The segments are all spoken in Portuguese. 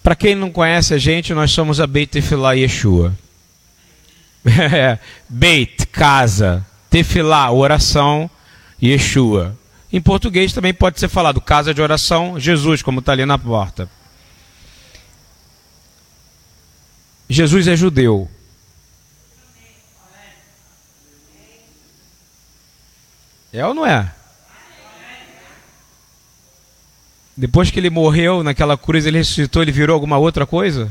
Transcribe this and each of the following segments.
Para quem não conhece a gente, nós somos a Beit Tefilá Yeshua. Beit, casa, Tefilá, oração, Yeshua. Em português também pode ser falado casa de oração, Jesus, como está ali na porta. Jesus é judeu. É ou não é? Depois que ele morreu naquela cruz, ele ressuscitou, ele virou alguma outra coisa?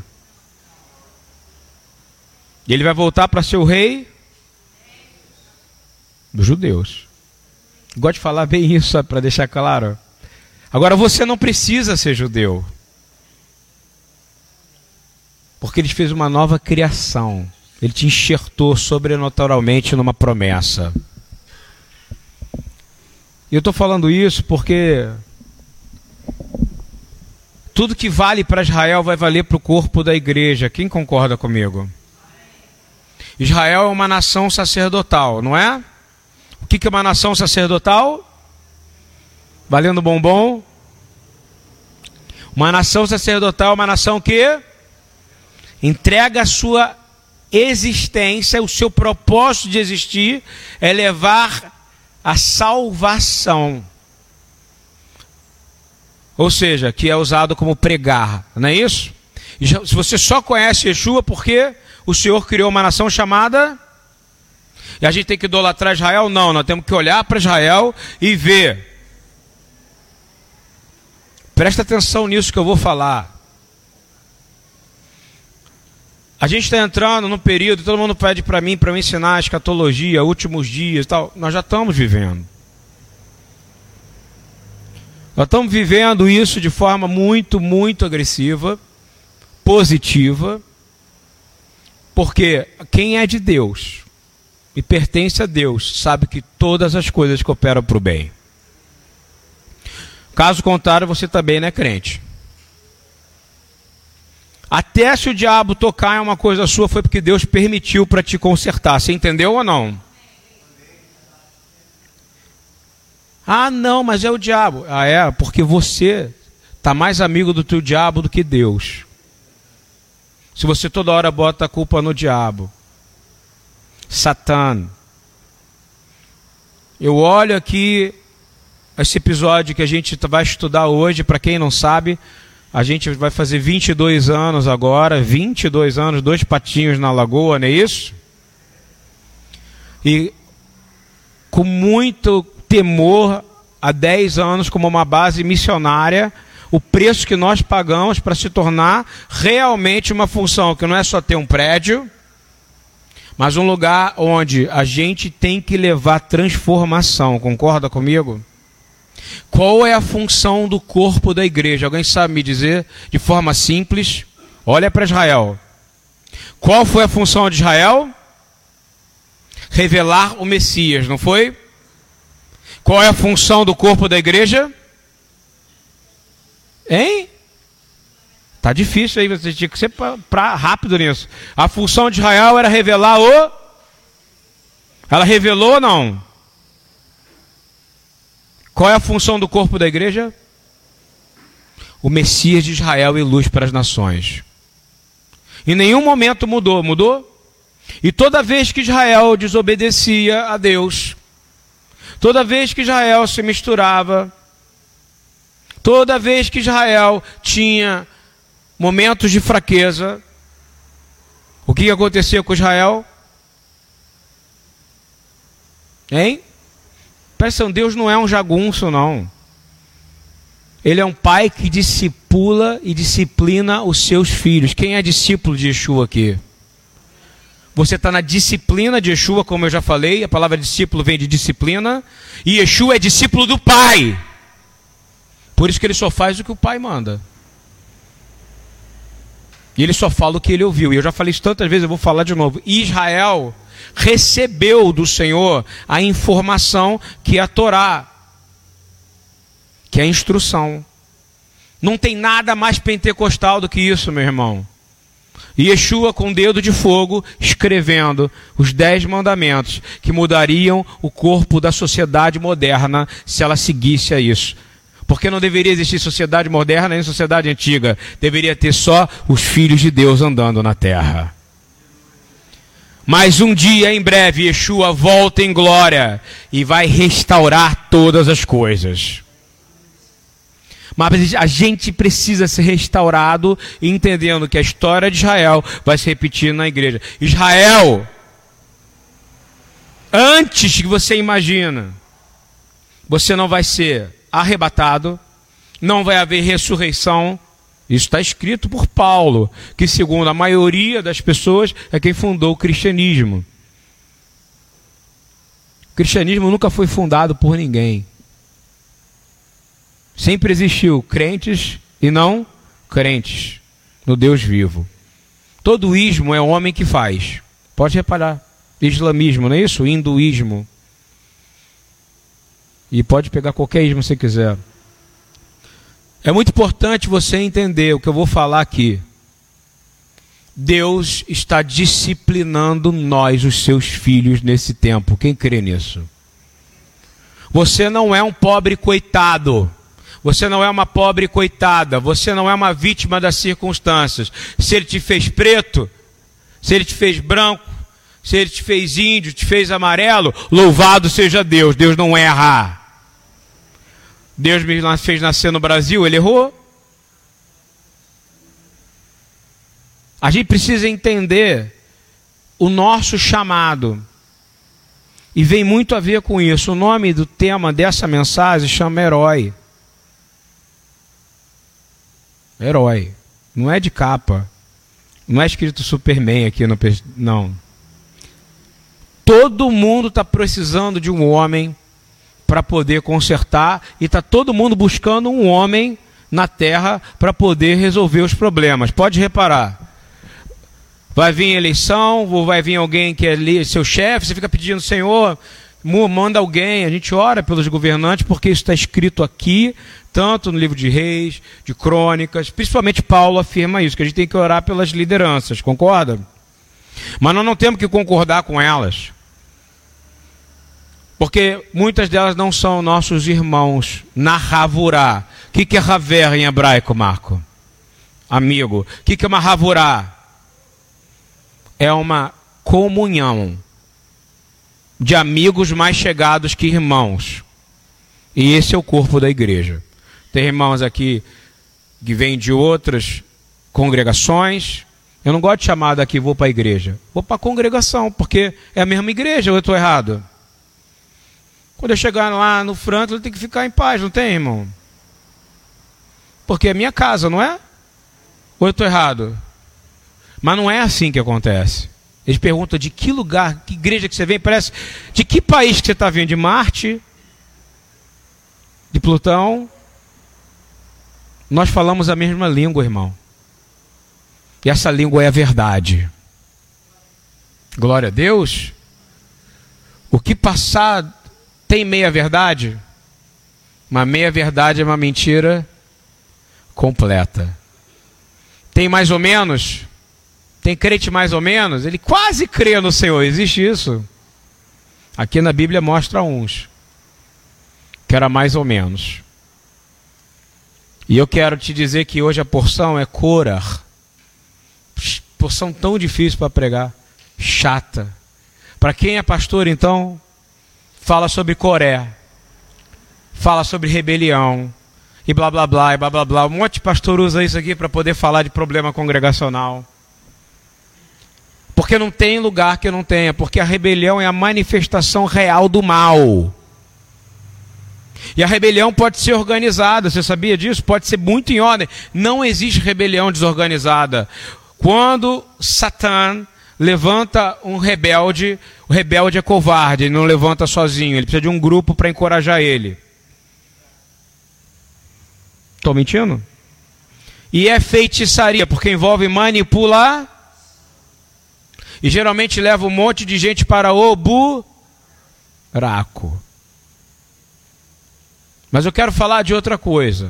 E ele vai voltar para ser o rei dos judeus. Gosto de falar bem isso para deixar claro. Agora você não precisa ser judeu. Porque ele fez uma nova criação. Ele te enxertou sobrenaturalmente numa promessa. E eu estou falando isso porque tudo que vale para Israel vai valer para o corpo da igreja. Quem concorda comigo? Israel é uma nação sacerdotal, não é? O que é uma nação sacerdotal? Valendo bombom? Uma nação sacerdotal é uma nação que entrega a sua existência, o seu propósito de existir é levar a salvação. Ou seja, que é usado como pregar, não é isso? E se você só conhece Yeshua porque o Senhor criou uma nação chamada... E a gente tem que idolatrar Israel? Não, nós temos que olhar para Israel e ver. Presta atenção nisso que eu vou falar. A gente está entrando num período, todo mundo pede para mim ensinar a escatologia, últimos dias e tal. Nós já estamos vivendo. Nós estamos vivendo isso de forma muito, muito agressiva, positiva, porque quem é de Deus e pertence a Deus sabe que todas as coisas cooperam para o bem. Caso contrário, você também não é crente. Até se o diabo tocar em uma coisa sua, foi porque Deus permitiu para te consertar. Você entendeu ou não? Ah, não, mas é o diabo. Ah, é? Porque você está mais amigo do teu diabo do que Deus. Se você toda hora bota a culpa no diabo. Satã. Eu olho aqui esse episódio que a gente vai estudar hoje, para quem não sabe, a gente vai fazer 22 anos agora, 22 anos, 2 patinhos na lagoa, não é isso? E com muito temor, há 10 anos, como uma base missionária, o preço que nós pagamos para se tornar realmente uma função, que não é só ter um prédio, mas um lugar onde a gente tem que levar transformação. Concorda comigo? Qual é a função do corpo da igreja? Alguém sabe me dizer de forma simples? Olha para Israel. Qual foi a função de Israel? Revelar o Messias, não foi? Qual é a função do corpo da igreja? Hein? Tá difícil aí, você tinha que ser rápido nisso. A função de Israel era revelar o... Ela revelou ou não? Qual é a função do corpo da igreja? O Messias de Israel e luz para as nações. Em nenhum momento mudou, mudou? E toda vez que Israel desobedecia a Deus, toda vez que Israel se misturava, toda vez que Israel tinha momentos de fraqueza, o que acontecia com Israel? Hein? Presta atenção, Deus não é um jagunço, não. Ele é um pai que discipula e disciplina os seus filhos. Quem é discípulo de Yeshua aqui? Você está na disciplina de Yeshua, como eu já falei. A palavra discípulo vem de disciplina. E Yeshua é discípulo do pai. Por isso que ele só faz o que o pai manda. E ele só fala o que ele ouviu. E eu já falei isso tantas vezes, eu vou falar de novo. Israel recebeu do Senhor a informação que é a Torá, que é a instrução. Não tem nada mais pentecostal do que isso, meu irmão. E Yeshua com dedo de fogo escrevendo os 10 mandamentos que mudariam o corpo da sociedade moderna se ela seguisse a isso. Porque não deveria existir sociedade moderna nem sociedade antiga. Deveria ter só os filhos de Deus andando na terra. Mas um dia, em breve, Yeshua volta em glória e vai restaurar todas as coisas. Mas a gente precisa ser restaurado, entendendo que a história de Israel vai se repetir na igreja. Israel, antes que você imagina, você não vai ser arrebatado, não vai haver ressurreição. Isso está escrito por Paulo, que segundo a maioria das pessoas é quem fundou o cristianismo. O cristianismo nunca foi fundado por ninguém. Sempre existiu crentes e não crentes no Deus vivo. Todo ismo é o homem que faz. Pode reparar. Islamismo, não é isso? Hinduísmo. E pode pegar qualquer ismo que você quiser. É muito importante você entender o que eu vou falar aqui. Deus está disciplinando nós, os seus filhos, nesse tempo. Quem crê nisso? Você não é um pobre coitado. Você não é uma pobre coitada. Você não é uma vítima das circunstâncias. Se ele te fez preto, se ele te fez branco, se ele te fez índio, te fez amarelo, louvado seja Deus. Deus não erra. Deus me fez nascer no Brasil, ele errou? A gente precisa entender o nosso chamado. E vem muito a ver com isso. O nome do tema dessa mensagem chama herói. Herói. Não é de capa. Não é escrito Superman aqui. Não. Todo mundo está precisando de um homem para poder consertar, e está todo mundo buscando um homem na terra para poder resolver os problemas. Pode reparar. Vai vir eleição, ou vai vir alguém que é seu chefe, você fica pedindo, Senhor, manda alguém. A gente ora pelos governantes, porque isso está escrito aqui, tanto no livro de Reis, de Crônicas, principalmente Paulo afirma isso, que a gente tem que orar pelas lideranças, concorda? Mas nós não temos que concordar com elas. Porque muitas delas não são nossos irmãos na Havurá. O que é Haver em hebraico, Marco? Amigo. O que é uma Havurá? É uma comunhão de amigos mais chegados que irmãos. E esse é o corpo da igreja. Tem irmãos aqui que vêm de outras congregações. Eu não gosto de chamar daqui, vou para a igreja. Vou para a congregação, porque é a mesma igreja, ou eu estou errado? Quando eu chegar lá no Franklin, eu tenho que ficar em paz, não tem, irmão? Porque é minha casa, não é? Ou eu estou errado? Mas não é assim que acontece. Eles perguntam de que lugar, que igreja que você vem, parece, de que país que você está vindo? De Marte? De Plutão? Nós falamos a mesma língua, irmão. E essa língua é a verdade. Glória a Deus. O que passar tem meia verdade? Uma meia verdade é uma mentira completa. Tem mais ou menos? Tem crente mais ou menos? Ele quase crê no Senhor. Existe isso? Aqui na Bíblia mostra uns que era mais ou menos. E eu quero te dizer que hoje a porção é Korah. Porção tão difícil para pregar. Chata. Para quem é pastor, então, fala sobre Coré. Fala sobre rebelião. E blá blá blá, e blá blá blá. Um monte de pastor usa isso aqui para poder falar de problema congregacional. Porque não tem lugar que não tenha. Porque a rebelião é a manifestação real do mal. E a rebelião pode ser organizada. Você sabia disso? Pode ser muito em ordem. Não existe rebelião desorganizada. Quando Satã levanta um rebelde, o rebelde é covarde, ele não levanta sozinho, ele precisa de um grupo para encorajar ele. Estou mentindo? E é feitiçaria, porque envolve manipular, e geralmente leva um monte de gente para o buraco. Mas eu quero falar de outra coisa.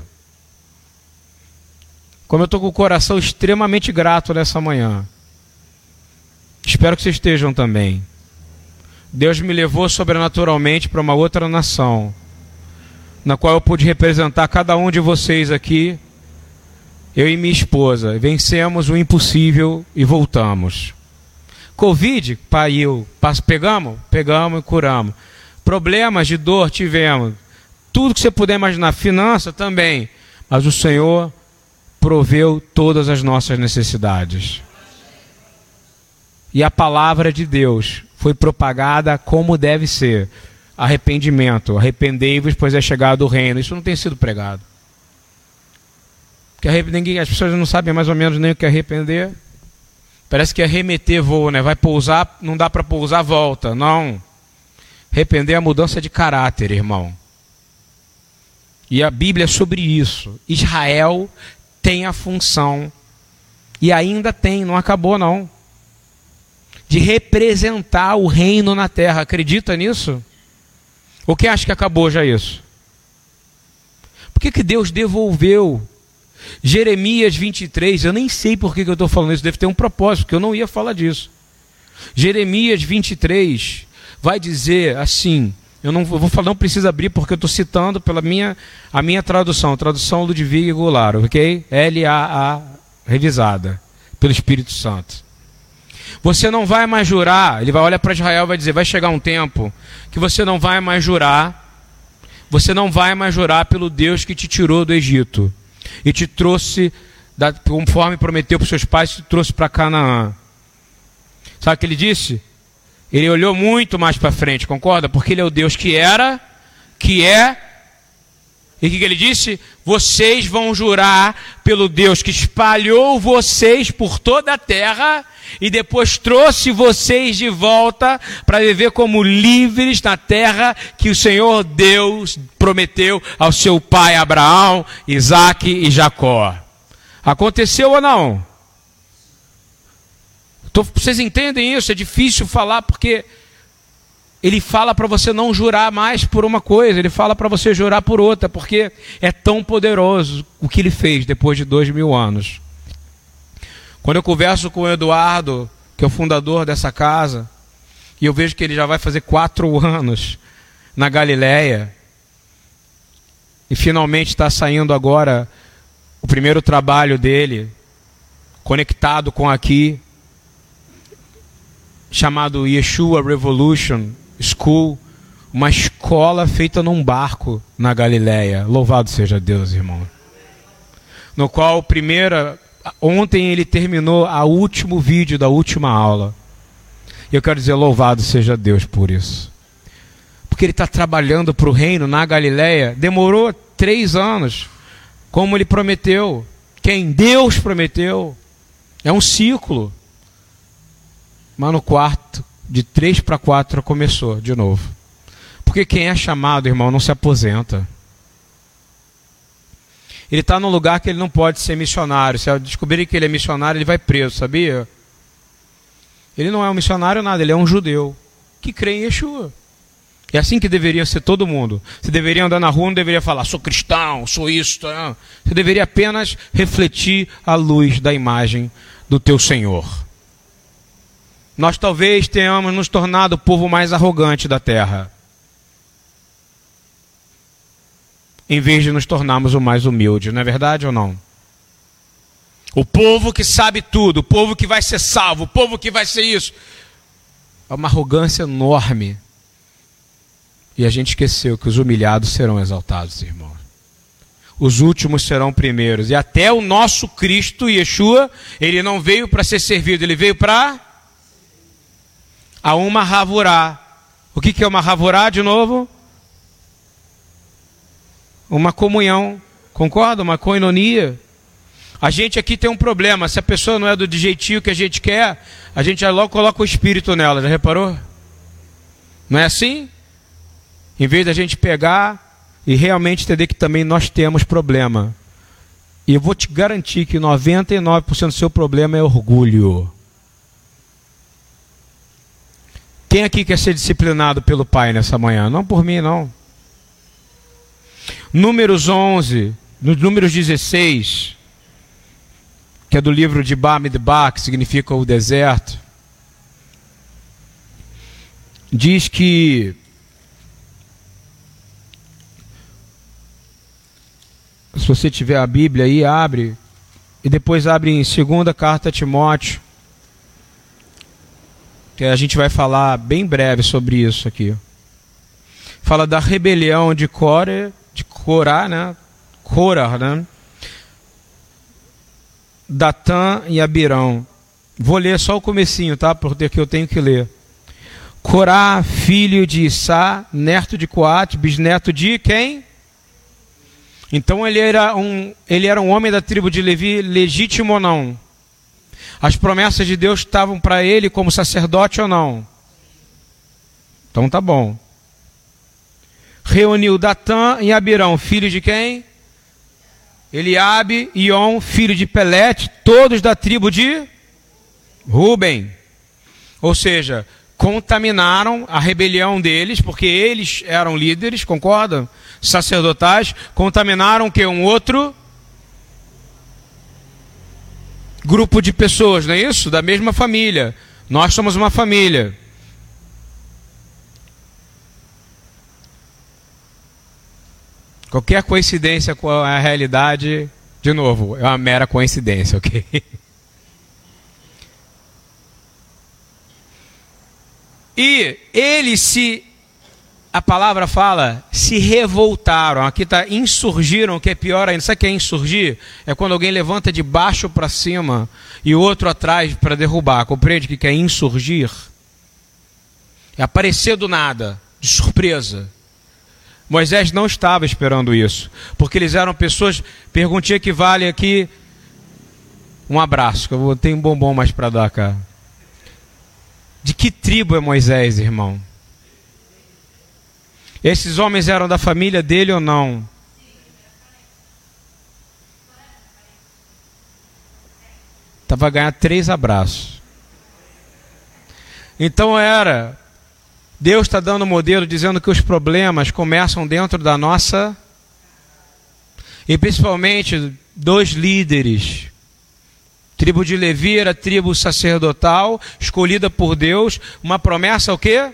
Como eu estou com o coração extremamente grato nessa manhã. Espero que vocês estejam também. Deus me levou sobrenaturalmente para uma outra nação. na qual eu pude representar cada um de vocês aqui, eu e minha esposa. Vencemos o impossível e voltamos. Covid, pai e eu, pegamos e curamos. Problemas de dor tivemos. Tudo que você puder imaginar, finança também. Mas o Senhor proveu todas as nossas necessidades. E a palavra de Deus foi propagada como deve ser. Arrependimento, arrependei-vos, pois é chegado o reino. Isso não tem sido pregado. Porque as pessoas não sabem mais ou menos nem o que é arrepender. Parece que é remeter voo, né? Vai pousar, não dá para pousar, volta. Não. Arrepender é a mudança de caráter, irmão. E a Bíblia é sobre isso. Israel tem a função, e ainda tem, não acabou não, de representar o reino na terra. Acredita nisso? Ou quem acha que acabou já isso? Por que Deus devolveu Jeremias 23? Eu nem sei por que eu estou falando isso, deve ter um propósito, porque eu não ia falar disso. Jeremias 23 vai dizer assim, eu vou falar, não precisa abrir porque eu estou citando pela minha tradução Ludwig Goulart, ok? LAA revisada pelo Espírito Santo. Você não vai mais jurar, ele vai olhar para Israel e vai dizer, vai chegar um tempo que você não vai mais jurar pelo Deus que te tirou do Egito e te trouxe, conforme prometeu para os seus pais, te trouxe para Canaã. Sabe o que ele disse? Ele olhou muito mais para frente, concorda? Porque ele é o Deus que era, que é. E o que ele disse? Vocês vão jurar pelo Deus que espalhou vocês por toda a terra e depois trouxe vocês de volta para viver como livres na terra que o Senhor Deus prometeu ao seu pai Abraão, Isaque e Jacó. Aconteceu ou não? Vocês entendem isso? É difícil falar porque ele fala para você não jurar mais por uma coisa, ele fala para você jurar por outra, porque é tão poderoso o que ele fez depois de 2000 anos. Quando eu converso com o Eduardo, que é o fundador dessa casa, e eu vejo que ele já vai fazer 4 anos na Galileia, e finalmente está saindo agora o primeiro trabalho dele, conectado com aqui, chamado Yeshua Revolution School, uma escola feita num barco na Galileia. Louvado seja Deus, irmão. No qual ontem ele terminou o último vídeo da última aula. E eu quero dizer, louvado seja Deus por isso. Porque ele está trabalhando para o reino na Galileia. Demorou 3 anos, como ele prometeu. Quem Deus prometeu. É um ciclo. Mas no quarto, de 3 para 4, começou de novo. Porque quem é chamado, irmão, não se aposenta. Ele está num lugar que ele não pode ser missionário. Se descobrirem que ele é missionário, ele vai preso, sabia? Ele não é um missionário nada, ele é um judeu que crê em Yeshua. É assim que deveria ser todo mundo. Você deveria andar na rua, não deveria falar, sou cristão, sou isso. Não. Você deveria apenas refletir a luz da imagem do teu Senhor. Nós talvez tenhamos nos tornado o povo mais arrogante da terra, em vez de nos tornarmos o mais humilde, não é verdade ou não? O povo que sabe tudo, o povo que vai ser salvo, o povo que vai ser isso. É uma arrogância enorme. E a gente esqueceu que os humilhados serão exaltados, irmãos. Os últimos serão primeiros. E até o nosso Cristo, Yeshua, ele não veio para ser servido, ele veio para a uma havurá. O que é uma havurá de novo? Uma comunhão. Concorda? Uma koinonia. A gente aqui tem um problema. Se a pessoa não é do jeitinho que a gente quer, a gente já logo coloca o espírito nela. Já reparou? Não é assim? Em vez da gente pegar e realmente entender que também nós temos problema. E eu vou te garantir que 99% do seu problema é orgulho. Quem aqui quer ser disciplinado pelo Pai nessa manhã? Não por mim, não. Números 11, Números 16, que é do livro de Bamidbar, que significa o deserto, diz que Se você tiver a Bíblia aí, abre. E depois abre em 2ª carta a Timóteo. Que a gente vai falar bem breve sobre isso aqui. Fala da rebelião de Corá, né? Corá, né? Datã e Abirão. Vou ler só o comecinho, tá? Porque eu tenho que ler. Corá, filho de Issá, neto de Coate, bisneto de quem? Então ele era um homem da tribo de Levi, legítimo ou não? As promessas de Deus estavam para ele como sacerdote ou não? Então tá bom. Reuniu Datã e Abirão, filho de quem? Eliabe e On, filho de Pelete, todos da tribo de Ruben. Ou seja, contaminaram a rebelião deles, porque eles eram líderes, concordam? Sacerdotais, contaminaram que um outro grupo de pessoas, não é isso? Da mesma família. Nós somos uma família. Qualquer coincidência com a realidade, de novo, é uma mera coincidência, ok? E eles a palavra fala, se revoltaram. Aqui está insurgiram, que é pior ainda. Sabe o que é insurgir? É quando alguém levanta de baixo para cima e o outro atrás para derrubar. Compreende o que é insurgir? É aparecer do nada, de surpresa. Moisés não estava esperando isso, porque eles eram pessoas. Perguntinha que vale aqui um abraço, que eu tenho um bombom mais para dar, cara. De que tribo é Moisés, irmão? Esses homens eram da família dele ou não? Estava a ganhar 3 abraços. Então Deus está dando um modelo dizendo que os problemas começam dentro da nossa. E principalmente 2 líderes. Tribo de Levi era tribo sacerdotal, escolhida por Deus. Uma promessa o quê?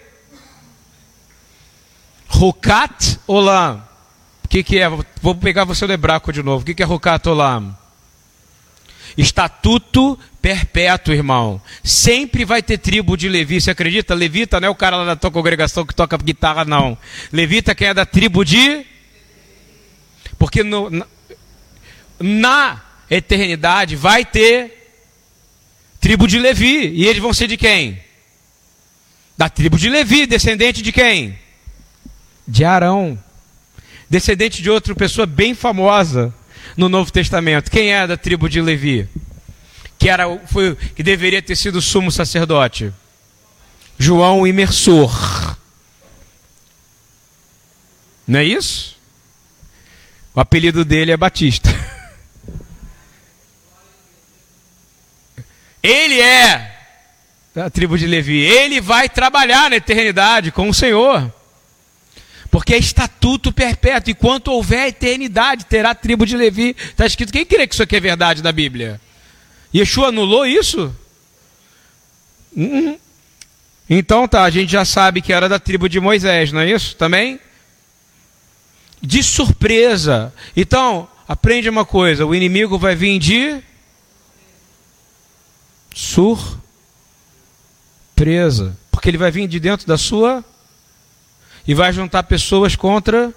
Rukat Olam. O que é? Vou pegar você no hebraico de novo. O que é Rukat Olam? Estatuto perpétuo, irmão. Sempre vai ter tribo de Levi. Você acredita? Levita não é o cara lá da tua congregação que toca guitarra, não. Levita quem é da tribo de... Porque na eternidade vai ter tribo de Levi. E eles vão ser de quem? Da tribo de Levi. Descendente de quem? De Arão. Descendente de outra pessoa bem famosa no Novo Testamento. Quem é da tribo de Levi? Que deveria ter sido o sumo sacerdote? João Imersor. Não é isso? O apelido dele é Batista. Ele é da tribo de Levi. Ele vai trabalhar na eternidade com o Senhor. Porque é estatuto perpétuo. Enquanto houver eternidade, terá a tribo de Levi. Está escrito. Quem crê que isso aqui é verdade da Bíblia? Yeshua anulou isso? Então tá, a gente já sabe que era da tribo de Moisés, não é isso? Também? De surpresa. Então, aprende uma coisa. O inimigo vai vir de... surpresa. Porque ele vai vir de dentro da sua... e vai juntar pessoas contra...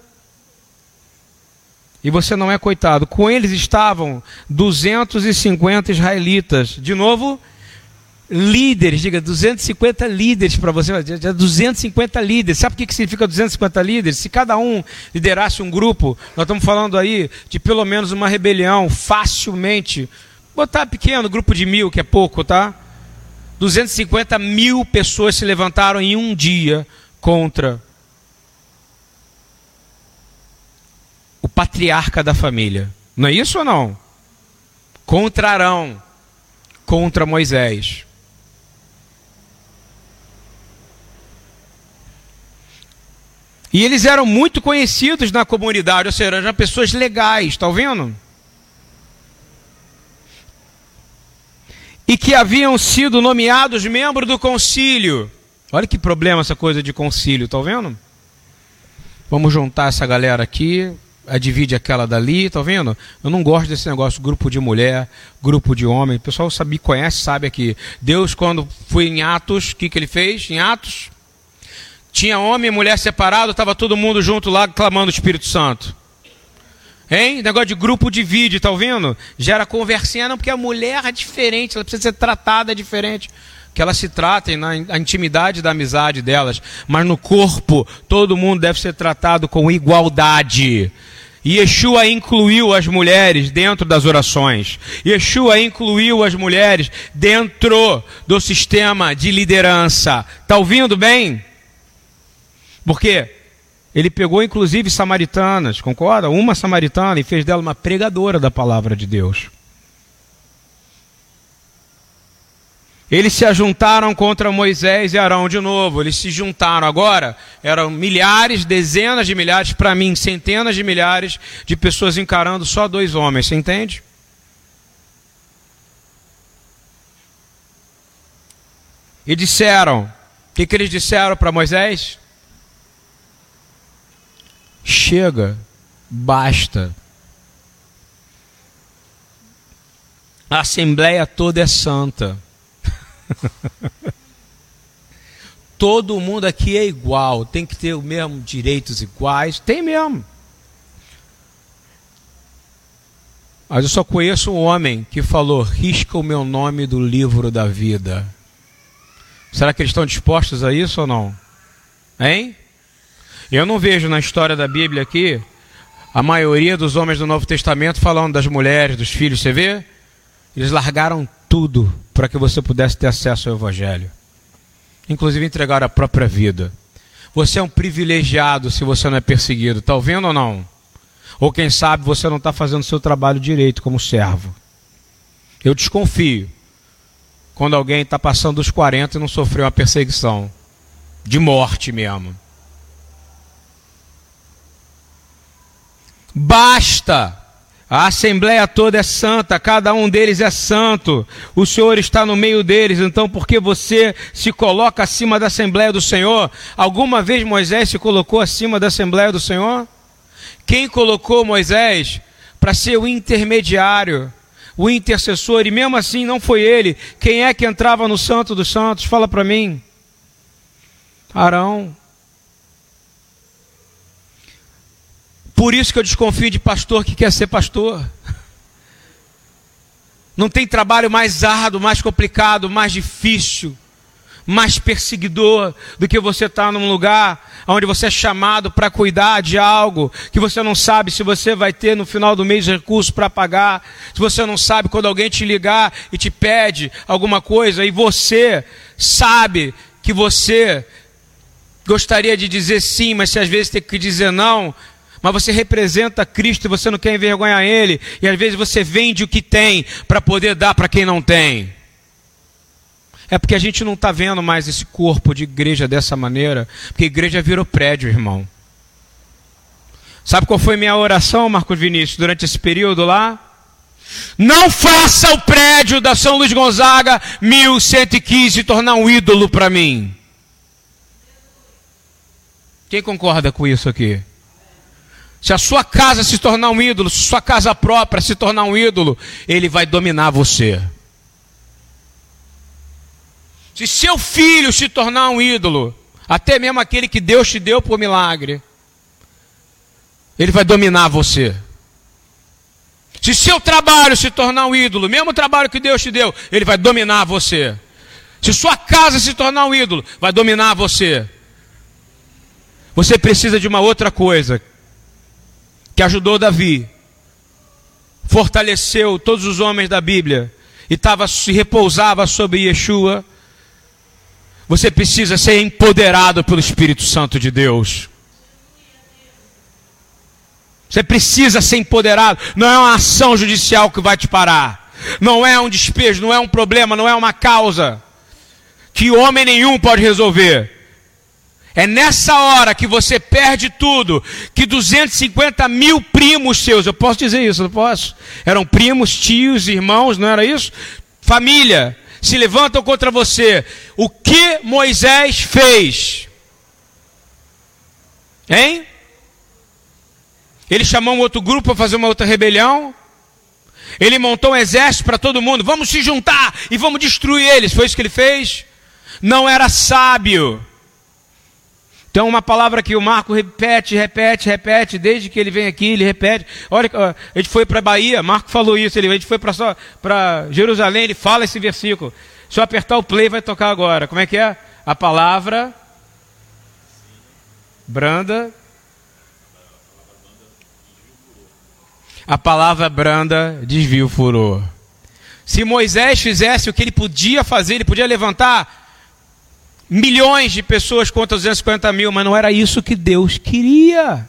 E você não é coitado. Com eles estavam 250 israelitas. De novo, líderes. Diga, 250 líderes para você. 250 líderes. Sabe o que significa 250 líderes? Se cada um liderasse um grupo, nós estamos falando aí de pelo menos uma rebelião, facilmente. Botar pequeno, grupo de 1000, que é pouco, tá? 250 mil pessoas se levantaram em um dia contra o patriarca da família. Não é isso ou não? Contra Arão, contra Moisés. E eles eram muito conhecidos na comunidade, ou seja, eram pessoas legais, está ouvindo? E que haviam sido nomeados membros do concílio. Olha que problema essa coisa de concílio, está vendo? Vamos juntar essa galera aqui. divide aquela dali, tá vendo? Eu não gosto desse negócio, grupo de mulher, grupo de homem. O pessoal conhece, sabe aqui. Deus, quando foi em Atos, o que ele fez? Em Atos, tinha homem e mulher separado, estava todo mundo junto lá, clamando o Espírito Santo. Hein? Negócio de grupo divide, tá ouvindo? Gera conversinha, não, porque a mulher é diferente, ela precisa ser tratada diferente. Que elas se tratem na intimidade da amizade delas, mas no corpo, todo mundo deve ser tratado com igualdade. Yeshua incluiu as mulheres dentro das orações. Yeshua incluiu as mulheres dentro do sistema de liderança. Está ouvindo bem? Por quê? Ele pegou inclusive samaritanas, concorda? Uma samaritana e fez dela uma pregadora da palavra de Deus. Eles se ajuntaram contra Moisés e Arão de novo. Eles se juntaram agora. Eram milhares, dezenas de milhares, para mim, centenas de milhares de pessoas encarando só 2 homens. Você entende? E disseram, o que eles disseram para Moisés? Chega, basta. A assembleia toda é santa. Todo mundo aqui é igual, tem que ter os mesmos direitos iguais, tem mesmo. Mas eu só conheço um homem que falou: risca o meu nome do livro da vida. Será que eles estão dispostos a isso ou não? Hein? Eu não vejo na história da Bíblia aqui a maioria dos homens do Novo Testamento falando das mulheres, dos filhos. Você vê? Eles largaram tudo para que você pudesse ter acesso ao Evangelho. Inclusive entregaram a própria vida. Você é um privilegiado se você não é perseguido. Está ouvindo ou não? Ou quem sabe você não está fazendo o seu trabalho direito como servo. Eu desconfio quando alguém está passando dos 40 e não sofreu uma perseguição. De morte mesmo. Basta! A assembleia toda é santa, cada um deles é santo. O Senhor está no meio deles, então por que você se coloca acima da assembleia do Senhor? Alguma vez Moisés se colocou acima da assembleia do Senhor? Quem colocou Moisés para ser o intermediário, o intercessor, e mesmo assim não foi ele? Quem é que entrava no Santo dos Santos? Fala para mim. Arão. Por isso que eu desconfio de pastor que quer ser pastor. Não tem trabalho mais árduo, mais complicado, mais difícil, mais perseguidor do que você estar num lugar onde você é chamado para cuidar de algo que você não sabe se você vai ter no final do mês recursos para pagar, se você não sabe quando alguém te ligar e te pede alguma coisa e você sabe que você gostaria de dizer sim, mas se às vezes tem que dizer não. Mas você representa Cristo e você não quer envergonhar Ele. E às vezes você vende o que tem para poder dar para quem não tem. É porque a gente não está vendo mais esse corpo de igreja dessa maneira. Porque a igreja virou prédio, irmão. Sabe qual foi minha oração, Marcos Vinícius, durante esse período lá? Não faça o prédio da São Luís Gonzaga 1115 tornar um ídolo para mim. Quem concorda com isso aqui? Se a sua casa se tornar um ídolo, se a sua casa própria se tornar um ídolo, ele vai dominar você. Se seu filho se tornar um ídolo, até mesmo aquele que Deus te deu por milagre, ele vai dominar você. Se seu trabalho se tornar um ídolo, mesmo o trabalho que Deus te deu, ele vai dominar você. Se sua casa se tornar um ídolo, vai dominar você. Você precisa de uma outra coisa que ajudou Davi, fortaleceu todos os homens da Bíblia e se repousava sobre Yeshua. Você precisa ser empoderado pelo Espírito Santo de Deus. Você precisa ser empoderado. Não é uma ação judicial que vai te parar. Não é um despejo, não é um problema, não é uma causa que homem nenhum pode resolver. É nessa hora que você perde tudo, que 250 mil primos seus, eu posso dizer isso, não posso? Eram primos, tios, irmãos, não era isso? Família, se levantam contra você. O que Moisés fez? Hein? Ele chamou um outro grupo para fazer uma outra rebelião. Ele montou um exército para todo mundo. Vamos se juntar e vamos destruir eles. Foi isso que ele fez? Não era sábio. Então uma palavra que o Marco repete, desde que ele vem aqui, ele repete. Olha, a gente foi para a Bahia, Marco falou isso, a gente foi para Jerusalém, ele fala esse versículo. Se eu apertar o play, vai tocar agora. Como é que é? A palavra branda. A palavra branda desvia o furor. Se Moisés fizesse o que ele podia fazer, ele podia levantar milhões de pessoas contra os 250 mil, mas não era isso que Deus queria.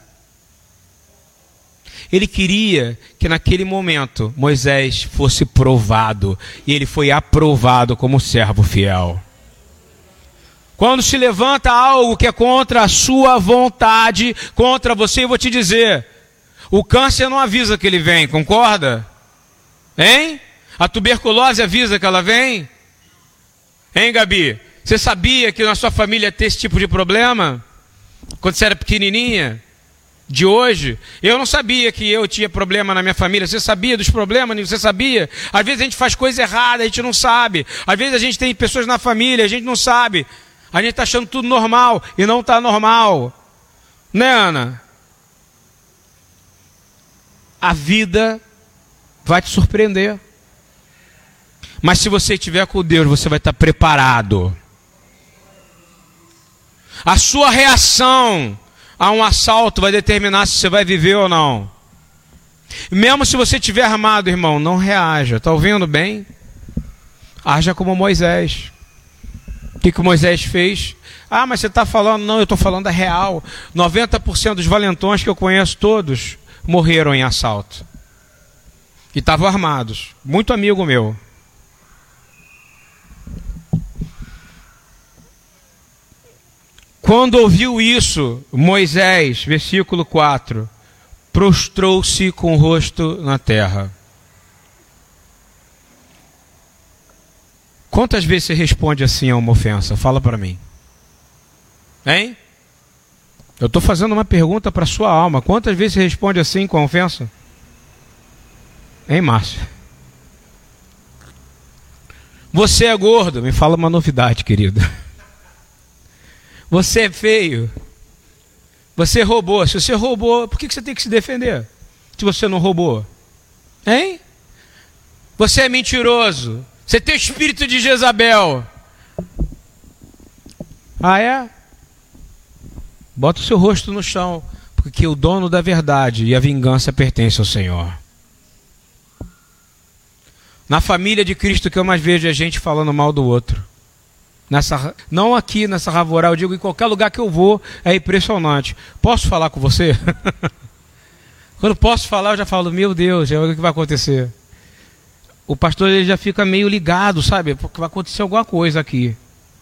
Ele queria que naquele momento Moisés fosse provado, e ele foi aprovado como servo fiel. Quando se levanta algo que é contra a sua vontade, contra você, eu vou te dizer, o câncer não avisa que ele vem, concorda? Hein? A tuberculose avisa que ela vem? Hein, Gabi? Você sabia que na sua família tem esse tipo de problema? Quando você era pequenininha? De hoje? Eu não sabia que eu tinha problema na minha família. Você sabia dos problemas? Você sabia? Às vezes a gente faz coisa errada, a gente não sabe. Às vezes a gente tem pessoas na família, a gente não sabe. A gente está achando tudo normal e não está normal. Né, Ana? A vida vai te surpreender. Mas se você estiver com Deus, você vai estar preparado. A sua reação a um assalto vai determinar se você vai viver ou não. Mesmo se você estiver armado, irmão, não reaja. Está ouvindo bem? Haja como Moisés. O que Moisés fez? Ah, mas você está falando... Não, eu estou falando a real. 90% dos valentões que eu conheço, todos morreram em assalto. E estavam armados. Muito amigo meu. Quando ouviu isso, Moisés, versículo 4, prostrou-se com o rosto na terra. Quantas vezes você responde assim a uma ofensa? Fala para mim. Hein? Eu estou fazendo uma pergunta para a sua alma. Quantas vezes você responde assim com a ofensa? Hein, Márcio? Você é gordo? Me fala uma novidade, querido. Você é feio. Você roubou. Se você roubou, por que você tem que se defender? Se você não roubou. Hein? Você é mentiroso. Você tem o espírito de Jezabel. Ah, é? Bota o seu rosto no chão, porque o dono da verdade e a vingança pertence ao Senhor. Na família de Cristo que eu mais vejo é gente falando mal do outro. Não aqui nessa Ravorá, eu digo em qualquer lugar que eu vou, é impressionante. Posso falar com você? Quando posso falar, eu já falo, meu Deus, o que vai acontecer? O pastor ele já fica meio ligado, sabe? Porque vai acontecer alguma coisa aqui.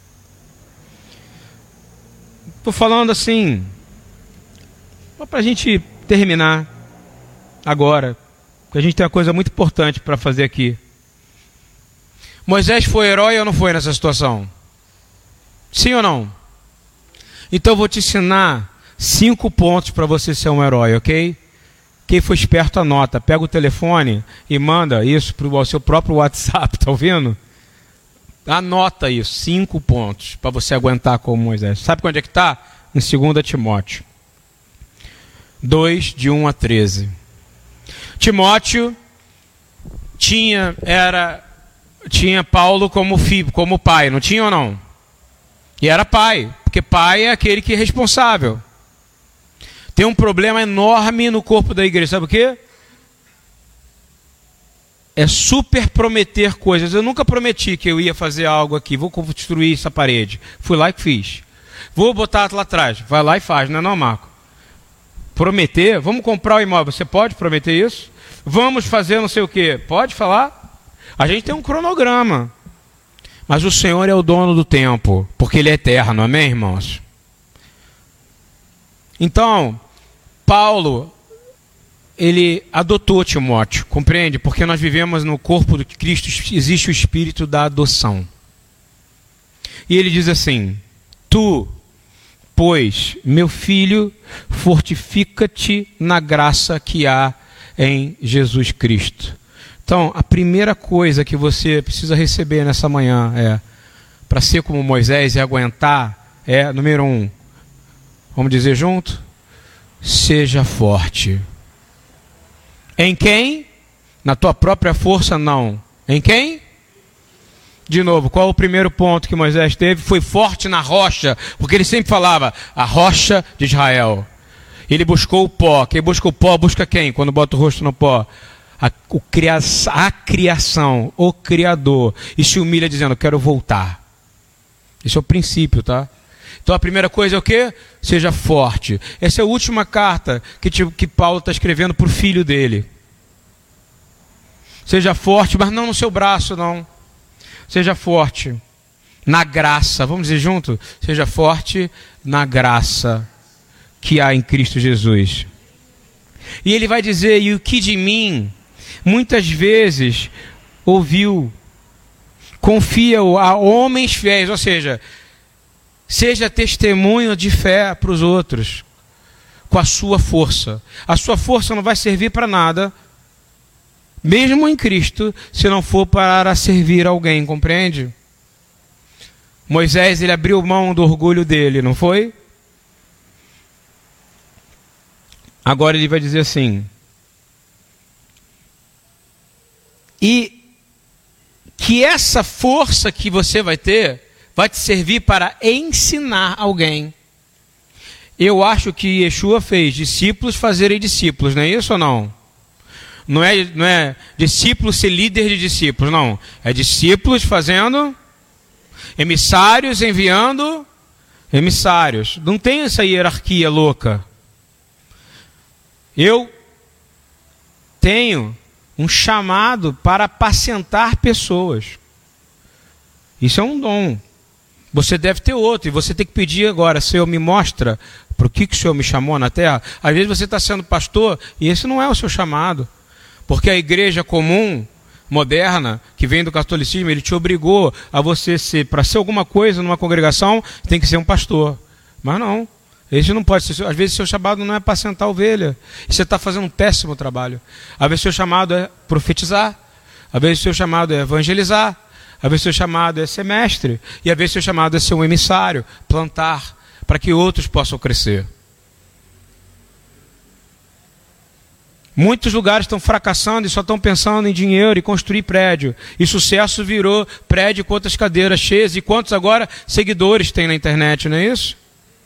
Estou falando assim, só para a gente terminar agora, porque a gente tem uma coisa muito importante para fazer aqui. Moisés foi herói ou não foi nessa situação? Sim ou não? Então eu vou te ensinar 5 pontos para você ser um herói, ok? Quem for esperto anota, pega o telefone e manda isso para o seu próprio WhatsApp, tá ouvindo? Anota isso, 5 pontos para você aguentar como Moisés. Sabe onde é que está? Em 2 Timóteo 2, de 1 a 13. Timóteo tinha Paulo como filho, como pai, não tinha ou não? E era pai, porque pai é aquele que é responsável. Tem um problema enorme no corpo da igreja, sabe o quê? É super prometer coisas. Eu nunca prometi que eu ia fazer algo aqui, vou construir essa parede. Fui lá e fiz. Vou botar lá atrás. Vai lá e faz, não é não, Marco? Prometer? Vamos comprar o imóvel. Você pode prometer isso? Vamos fazer não sei o quê. Pode falar? A gente tem um cronograma. Mas o Senhor é o dono do tempo, porque Ele é eterno, amém, irmãos? Então, Paulo, ele adotou Timóteo, compreende? Porque nós vivemos no corpo de Cristo, existe o espírito da adoção. E ele diz assim, tu, Pois, meu filho, fortifica-te na graça que há em Jesus Cristo. Então, a primeira coisa que você precisa receber nessa manhã para ser como Moisés e aguentar, número 1, vamos dizer junto? Seja forte. Em quem? Na tua própria força, não. Em quem? De novo, qual o primeiro ponto que Moisés teve? Foi forte na rocha, porque ele sempre falava, a rocha de Israel. Ele buscou o pó. Quem busca o pó, busca quem? Quando bota o rosto no pó? A criação, o Criador. E se humilha dizendo, quero voltar. Esse é o princípio, tá? Então a primeira coisa é o quê? Seja forte. Essa é a última carta que Paulo está escrevendo para o filho dele. Seja forte, mas não no seu braço, não. Seja forte na graça. Vamos dizer junto? Seja forte na graça que há em Cristo Jesus. E ele vai dizer, e o que de mim, muitas vezes, ouviu, confia-o a homens fiéis, ou seja, seja testemunho de fé para os outros, com a sua força. A sua força não vai servir para nada, mesmo em Cristo, se não for para servir alguém, compreende? Moisés, ele abriu mão do orgulho dele, não foi? Agora ele vai dizer assim, e que essa força que você vai ter, vai te servir para ensinar alguém. Eu acho que Yeshua fez discípulos fazerem discípulos, não é isso ou não? Não é discípulo ser líder de discípulos, não. É discípulos fazendo, emissários enviando emissários. Não tem essa hierarquia louca. Eu tenho um chamado para apacentar pessoas. Isso é um dom. Você deve ter outro, e você tem que pedir agora, Senhor, me mostra para o que o Senhor me chamou na terra. Às vezes você está sendo pastor, e esse não é o seu chamado. Porque a igreja comum, moderna, que vem do catolicismo, ele te obrigou a você ser, para ser alguma coisa numa congregação, tem que ser um pastor. Mas não, esse não pode ser. Às vezes seu chamado não é apacentar ovelha, e você está fazendo um péssimo trabalho. Às vezes seu chamado é profetizar, às vezes seu chamado é evangelizar, às vezes seu chamado é ser mestre, e às vezes seu chamado é ser um emissário, plantar, para que outros possam crescer. Muitos lugares estão fracassando e só estão pensando em dinheiro e construir prédio. E sucesso virou prédio com outras cadeiras cheias. E quantos agora seguidores tem na internet, não é isso?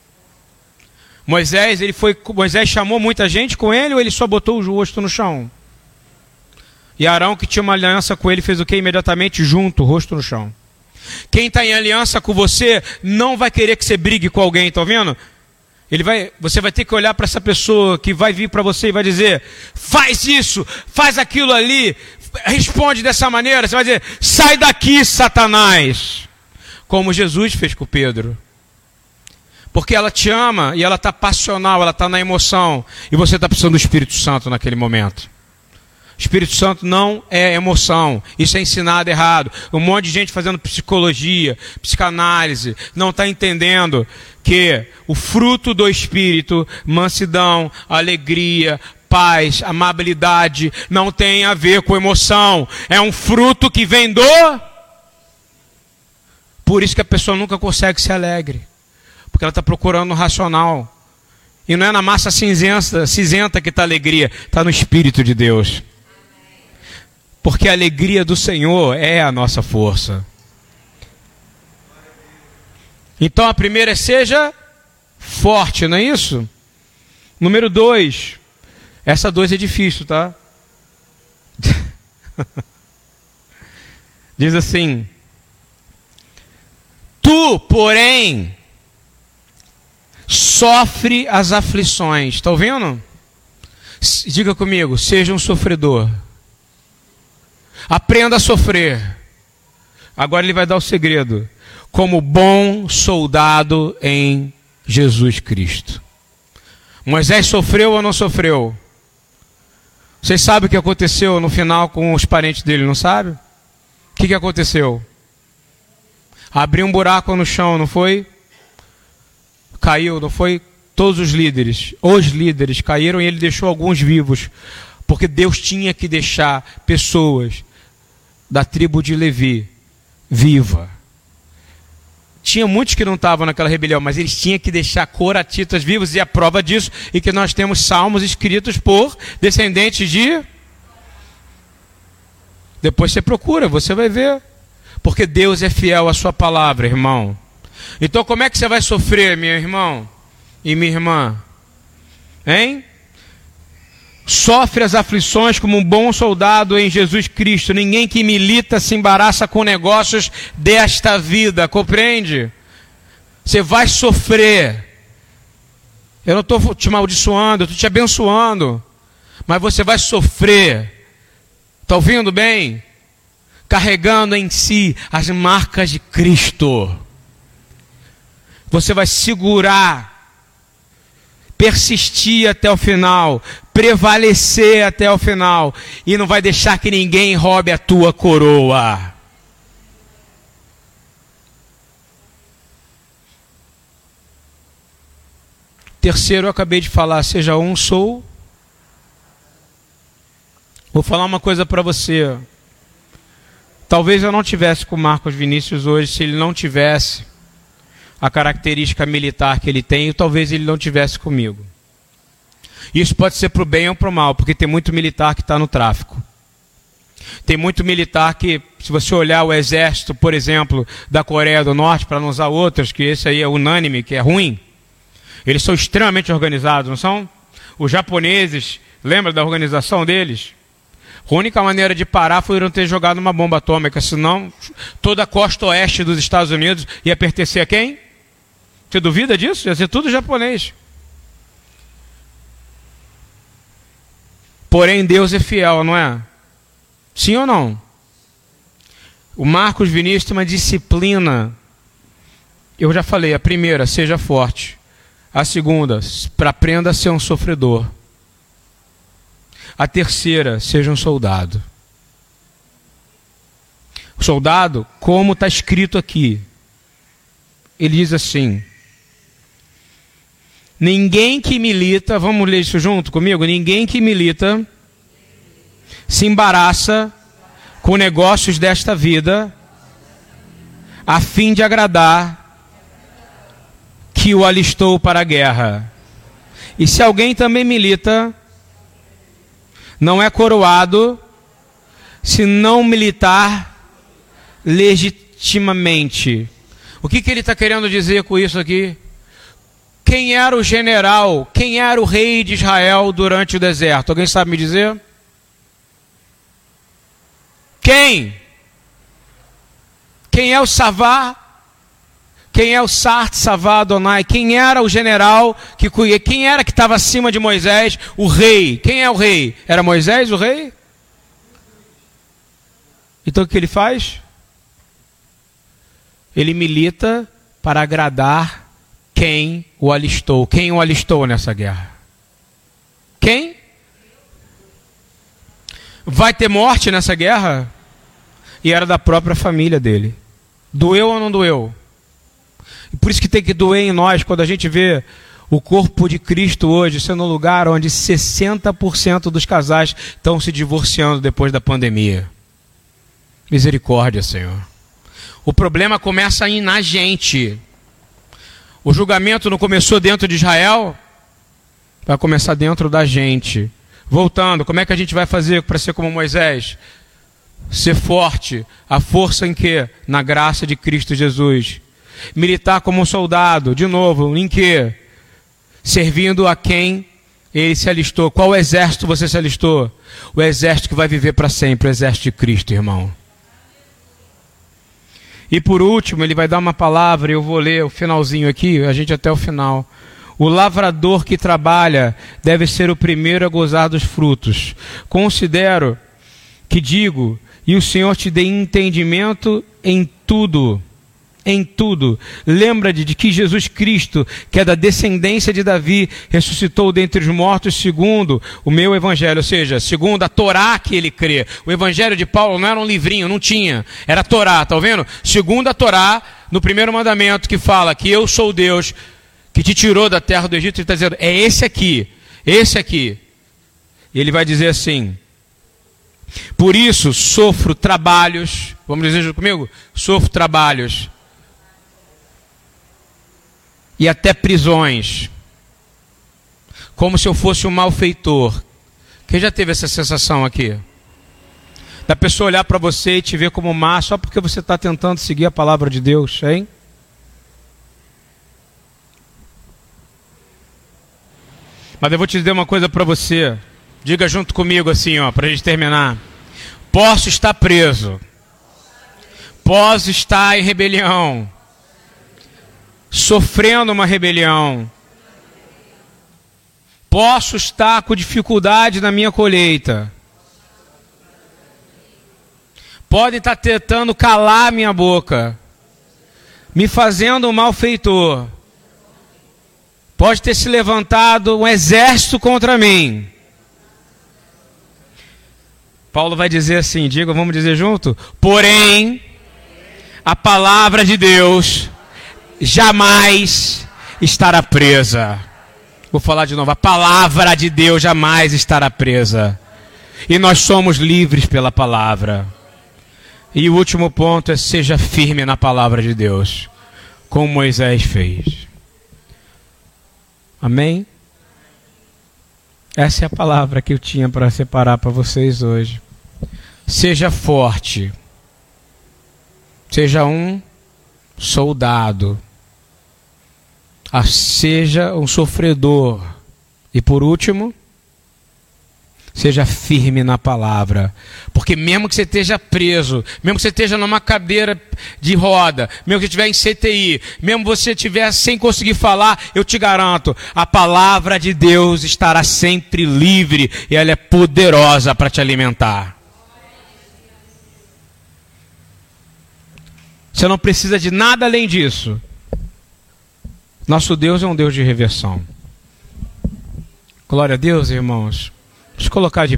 Moisés chamou muita gente com ele ou ele só botou o rosto no chão? E Arão, que tinha uma aliança com ele, fez o que? Imediatamente junto, rosto no chão. Quem está em aliança com você não vai querer que você brigue com alguém, está vendo? Você vai ter que olhar para essa pessoa que vai vir para você e vai dizer, faz isso, faz aquilo ali, responde dessa maneira. Você vai dizer, sai daqui, Satanás. Como Jesus fez com Pedro. Porque ela te ama e ela está passional, ela está na emoção. E você está precisando do Espírito Santo naquele momento. Espírito Santo não é emoção, isso é ensinado errado. Um monte de gente fazendo psicologia, psicanálise, não está entendendo que o fruto do Espírito, mansidão, alegria, paz, amabilidade, não tem a ver com emoção. É um fruto que vem do... Por isso que a pessoa nunca consegue ser alegre, porque ela está procurando o racional. E não é na massa cinzenta que está a alegria, está no Espírito de Deus. Porque a alegria do Senhor é a nossa força. Então a primeira é seja forte, não é isso? Número 2. Essa 2 é difícil, tá? Diz assim: tu, porém, sofre as aflições. Está ouvindo? Diga comigo, seja um sofredor. Aprenda a sofrer. Agora ele vai dar o segredo. Como bom soldado em Jesus Cristo. Moisés sofreu ou não sofreu? Vocês sabem o que aconteceu no final com os parentes dele, não sabe? O que aconteceu? Abriu um buraco no chão, não foi? caiu, não foi? Todos os líderes caíram e ele deixou alguns vivos, porque Deus tinha que deixar pessoas da tribo de Levi viva. Tinha muitos que não estavam naquela rebelião, mas eles tinham que deixar coratitas vivos, e a prova disso é que nós temos salmos escritos por descendentes de... Depois você procura, você vai ver. Porque Deus é fiel à sua palavra, irmão. Então como é que você vai sofrer, meu irmão e minha irmã? Hein? Sofre as aflições como um bom soldado em Jesus Cristo. Ninguém que milita se embaraça com negócios desta vida, compreende? Você vai sofrer. Eu não estou te amaldiçoando, eu estou te abençoando. Mas você vai sofrer. Está ouvindo bem? Carregando em si as marcas de Cristo. Você vai segurar, persistir até o final, prevalecer até o final, e não vai deixar que ninguém roube a tua coroa. Terceiro, eu acabei de falar, seja um, sou. Vou falar uma coisa para você. Talvez eu não tivesse com o Marcos Vinícius hoje se ele não tivesse a característica militar que ele tem, e talvez ele não tivesse comigo. Isso pode ser para o bem ou para o mal, porque tem muito militar que está no tráfico. Tem muito militar que, se você olhar o exército, por exemplo, da Coreia do Norte, para não usar outros, que esse aí é unânime, que é ruim, eles são extremamente organizados, não são? Os japoneses, lembra da organização deles? A única maneira de parar foi não ter jogado uma bomba atômica, senão toda a costa oeste dos Estados Unidos ia pertencer a quem? Você duvida disso? Ia ser tudo japonês. Porém, Deus é fiel, não é? Sim ou não? O Marcos Vinícius tem uma disciplina. Eu já falei, a primeira, seja forte. A segunda, aprenda a ser um sofredor. A terceira, seja um soldado. O soldado, como está escrito aqui, ele diz assim: ninguém que milita, vamos ler isso junto comigo? Ninguém que milita se embaraça com negócios desta vida, a fim de agradar que o alistou para a guerra. E se alguém também milita, não é coroado se não militar legitimamente. O que ele está querendo dizer com isso aqui? Quem era o general, quem era o rei de Israel durante o deserto? Alguém sabe me dizer? Quem? Quem é o Savá? Quem é o Sart Savá Adonai? Quem era o general? Quem era que estava acima de Moisés? O rei. Quem é o rei? Era Moisés o rei? Então o que ele faz? Ele milita para agradar quem o alistou. Quem o alistou nessa guerra? Quem? Vai ter morte nessa guerra? E era da própria família dele. Doeu ou não doeu? E por isso que tem que doer em nós quando a gente vê o corpo de Cristo hoje sendo um lugar onde 60% dos casais estão se divorciando depois da pandemia. Misericórdia, Senhor. O problema começa aí na gente. O julgamento não começou dentro de Israel? Vai começar dentro da gente. Voltando, como é que a gente vai fazer para ser como Moisés? Ser forte. A força em quê? Na graça de Cristo Jesus. Militar como um soldado, de novo, em quê? Servindo a quem ele se alistou. Qual exército você se alistou? O exército que vai viver para sempre, o exército de Cristo, irmão. E por último, ele vai dar uma palavra, eu vou ler o finalzinho aqui, a gente até o final. O lavrador que trabalha deve ser o primeiro a gozar dos frutos. Considero que digo, e o Senhor te dê entendimento em tudo. Em tudo. Lembra-te de que Jesus Cristo, que é da descendência de Davi, ressuscitou dentre os mortos segundo o meu evangelho, ou seja, segundo a Torá que ele crê. O evangelho de Paulo não era um livrinho, não tinha. Era a Torá, tá vendo? Segundo a Torá, no primeiro mandamento que fala que eu sou Deus, que te tirou da terra do Egito, ele está dizendo, é esse aqui, esse aqui. E ele vai dizer assim, por isso sofro trabalhos, vamos dizer junto comigo? Sofro trabalhos e até prisões, como se eu fosse um malfeitor. Quem já teve essa sensação aqui? Da pessoa olhar para você e te ver como má só porque você está tentando seguir a palavra de Deus, hein? Mas eu vou te dizer uma coisa para você. Diga junto comigo assim, ó, para a gente terminar. Posso estar preso. Posso estar em rebelião. Sofrendo uma rebelião. Posso estar com dificuldade na minha colheita. Podem estar tentando calar minha boca, me fazendo um malfeitor. Pode ter se levantado um exército contra mim. Paulo vai dizer assim, diga, vamos dizer junto? Porém, a palavra de Deus jamais estará presa. Vou falar de novo, a palavra de Deus jamais estará presa. E nós somos livres pela palavra. E o último ponto é, seja firme na palavra de Deus, como Moisés fez. Amém? Essa é a palavra que eu tinha para separar para vocês hoje. Seja forte. Seja um soldado. Seja um sofredor. E por último, seja firme na palavra. Porque mesmo que você esteja preso, mesmo que você esteja numa cadeira de roda, mesmo que você estiver em CTI, mesmo que você estiver sem conseguir falar, eu te garanto, a palavra de Deus estará sempre livre e ela é poderosa para te alimentar. Você não precisa de nada além disso. Nosso Deus é um Deus de reversão. Glória a Deus, irmãos. Vamos colocar de